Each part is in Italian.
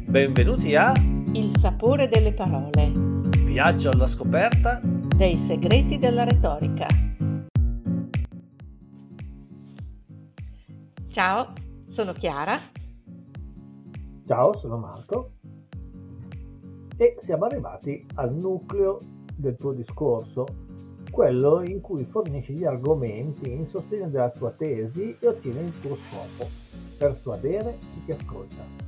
Benvenuti a Il sapore delle parole, Viaggio alla scoperta dei segreti della retorica. Ciao, sono Chiara. Ciao, sono Marco e siamo arrivati al nucleo del tuo discorso, quello in cui fornisci gli argomenti in sostegno della tua tesi e ottieni il tuo scopo, persuadere chi ti ascolta.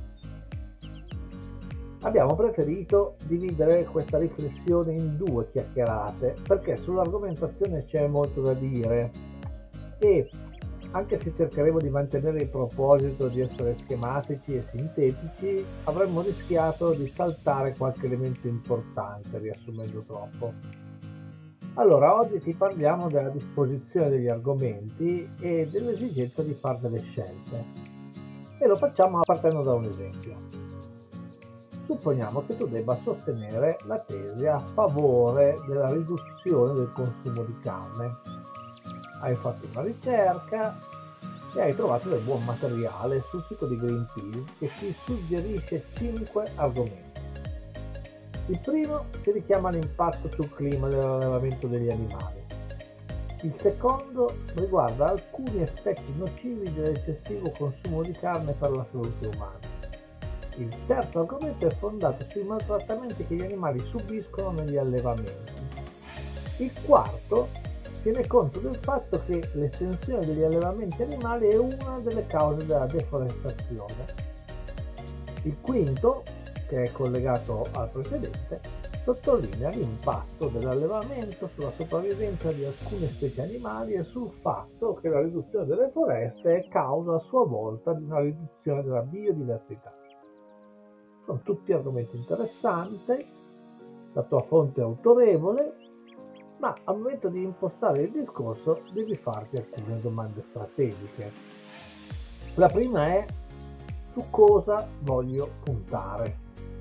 Abbiamo preferito dividere questa riflessione in due chiacchierate perché sull'argomentazione c'è molto da dire e anche se cercheremo di mantenere il proposito di essere schematici e sintetici, avremmo rischiato di saltare qualche elemento importante riassumendo troppo. Allora, oggi ti parliamo della disposizione degli argomenti e dell'esigenza di fare delle scelte. E lo facciamo partendo da un esempio. Supponiamo che tu debba sostenere la tesi a favore della riduzione del consumo di carne. Hai fatto una ricerca e hai trovato del buon materiale sul sito di Greenpeace che ti suggerisce 5 argomenti. Il primo si richiama all'impatto sul clima dell'allevamento degli animali. Il secondo riguarda alcuni effetti nocivi dell'eccessivo consumo di carne per la salute umana. Il terzo argomento è fondato sui maltrattamenti che gli animali subiscono negli allevamenti. Il quarto tiene conto del fatto che l'estensione degli allevamenti animali è una delle cause della deforestazione. Il quinto, che è collegato al precedente, sottolinea l'impatto dell'allevamento sulla sopravvivenza di alcune specie animali e sul fatto che la riduzione delle foreste è causa a sua volta di una riduzione della biodiversità. Sono tutti argomenti interessanti, la tua fonte è autorevole, ma al momento di impostare il discorso devi farti alcune domande strategiche. La prima è: su cosa voglio puntare?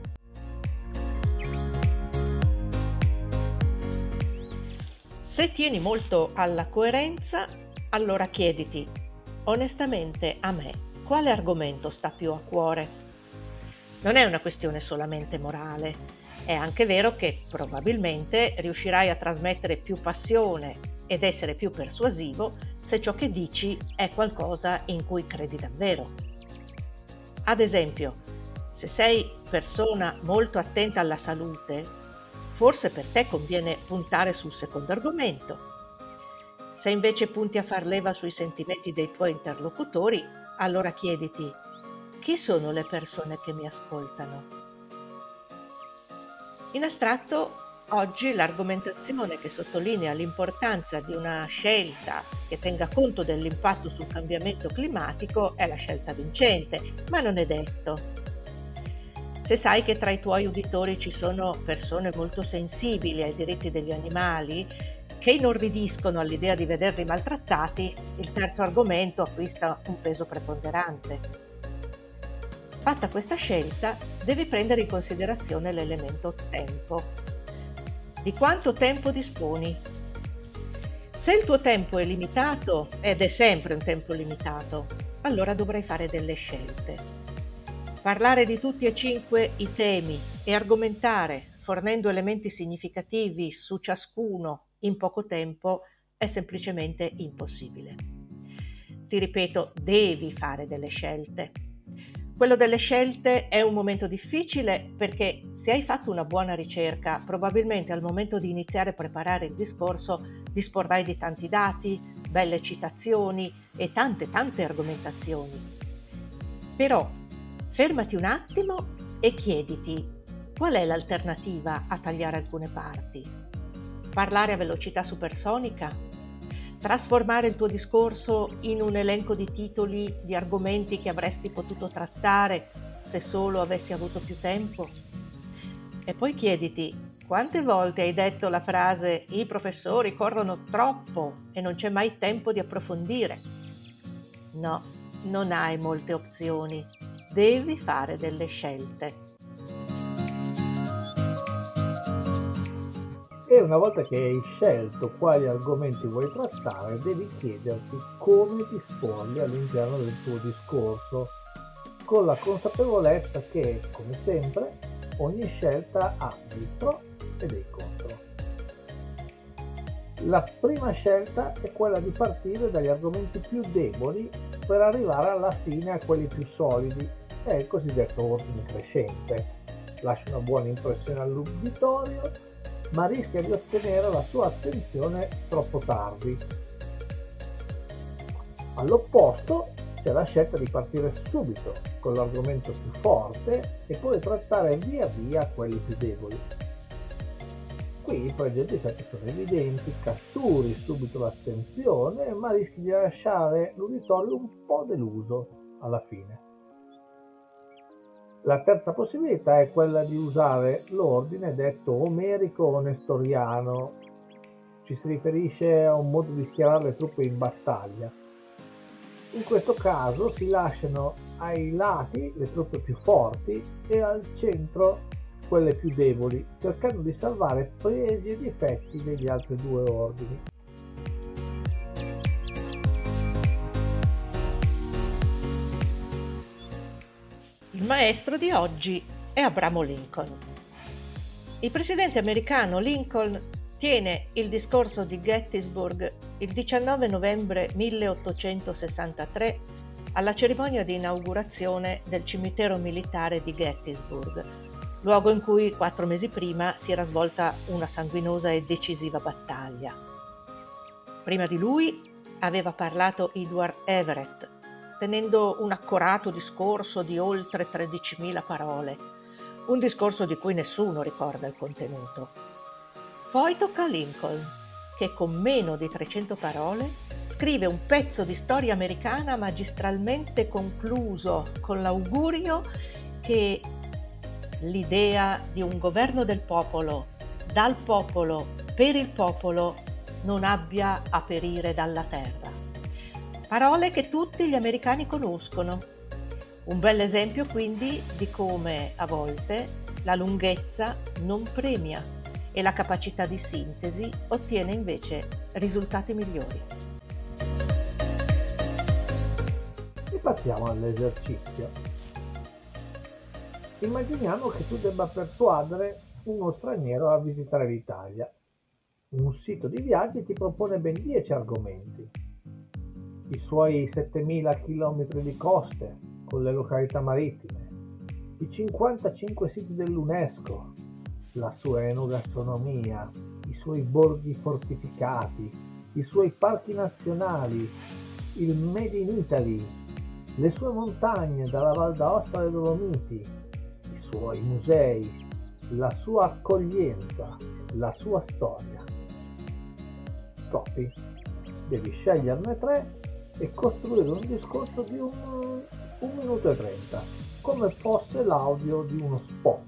Se tieni molto alla coerenza, allora chiediti, onestamente a me, quale argomento sta più a cuore? Non è una questione solamente morale, è anche vero che probabilmente riuscirai a trasmettere più passione ed essere più persuasivo se ciò che dici è qualcosa in cui credi davvero. Ad esempio, se sei persona molto attenta alla salute, forse per te conviene puntare sul secondo argomento. Se invece punti a far leva sui sentimenti dei tuoi interlocutori, allora chiediti: chi sono le persone che mi ascoltano? In astratto, oggi l'argomentazione che sottolinea l'importanza di una scelta che tenga conto dell'impatto sul cambiamento climatico è la scelta vincente, ma non è detto. Se sai che tra i tuoi uditori ci sono persone molto sensibili ai diritti degli animali, che inorridiscono all'idea di vederli maltrattati, il terzo argomento acquista un peso preponderante. Fatta questa scelta, devi prendere in considerazione l'elemento tempo. Di quanto tempo disponi? Se il tuo tempo è limitato, ed è sempre un tempo limitato, allora dovrai fare delle scelte. Parlare di tutti e 5 i temi e argomentare, fornendo elementi significativi su ciascuno in poco tempo, è semplicemente impossibile. Ti ripeto, devi fare delle scelte. Quello delle scelte è un momento difficile perché se hai fatto una buona ricerca, probabilmente al momento di iniziare a preparare il discorso disporrai di tanti dati, belle citazioni e tante argomentazioni. Però fermati un attimo e chiediti: qual è l'alternativa a tagliare alcune parti? Parlare a velocità supersonica? Trasformare il tuo discorso in un elenco di titoli di argomenti che avresti potuto trattare se solo avessi avuto più tempo? E poi chiediti: quante volte hai detto la frase "i professori corrono troppo e non c'è mai tempo di approfondire"? No, non hai molte opzioni, devi fare delle scelte. E una volta che hai scelto quali argomenti vuoi trattare, devi chiederti come disporli all'interno del tuo discorso, con la consapevolezza che, come sempre, ogni scelta ha dei pro e dei contro. La prima scelta è quella di partire dagli argomenti più deboli per arrivare alla fine a quelli più solidi, è il cosiddetto ordine crescente. Lascia una buona impressione all'uditorio, ma rischia di ottenere la sua attenzione troppo tardi. All'opposto c'è la scelta di partire subito con l'argomento più forte e poi trattare via via quelli più deboli. Qui i pregi e difetti sono evidenti, catturi subito l'attenzione, ma rischi di lasciare l'uditorio un po' deluso alla fine. La terza possibilità è quella di usare l'ordine detto omerico o nestoriano. Ci si riferisce a un modo di schierare le truppe in battaglia. In questo caso si lasciano ai lati le truppe più forti e al centro quelle più deboli, cercando di salvare pregi e difetti degli altri due ordini. Il maestro di oggi è Abramo Lincoln. Il presidente americano Lincoln tiene il discorso di Gettysburg il 19 novembre 1863 alla cerimonia di inaugurazione del cimitero militare di Gettysburg, luogo in cui 4 mesi prima si era svolta una sanguinosa e decisiva battaglia. Prima di lui aveva parlato Edward Everett, tenendo un accorato discorso di oltre 13.000 parole, un discorso di cui nessuno ricorda il contenuto. Poi tocca a Lincoln, che con meno di 300 parole scrive un pezzo di storia americana magistralmente concluso con l'augurio che l'idea di un governo del popolo, dal popolo, per il popolo, non abbia a perire dalla terra. Parole che tutti gli americani conoscono. Un bel esempio quindi di come a volte la lunghezza non premia e la capacità di sintesi ottiene invece risultati migliori. E passiamo all'esercizio. Immaginiamo che tu debba persuadere uno straniero a visitare l'Italia. Un sito di viaggi ti propone ben 10 argomenti. I suoi 7.000 km di coste con le località marittime, i 55 siti dell'UNESCO, la sua enogastronomia, i suoi borghi fortificati, i suoi parchi nazionali, il Made in Italy, le sue montagne dalla Val d'Aosta alle Dolomiti, i suoi musei, la sua accoglienza, la sua storia. Troppi. Devi sceglierne 3 e costruire un discorso di 1 minuto e 30, come fosse l'audio di uno spot.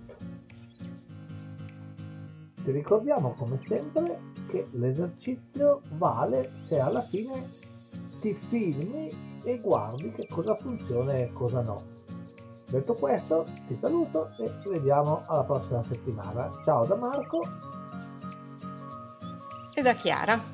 Ti ricordiamo come sempre che l'esercizio vale se alla fine ti filmi e guardi che cosa funziona e cosa no. Detto questo, ti saluto e ci vediamo alla prossima settimana. Ciao da Marco E da Chiara.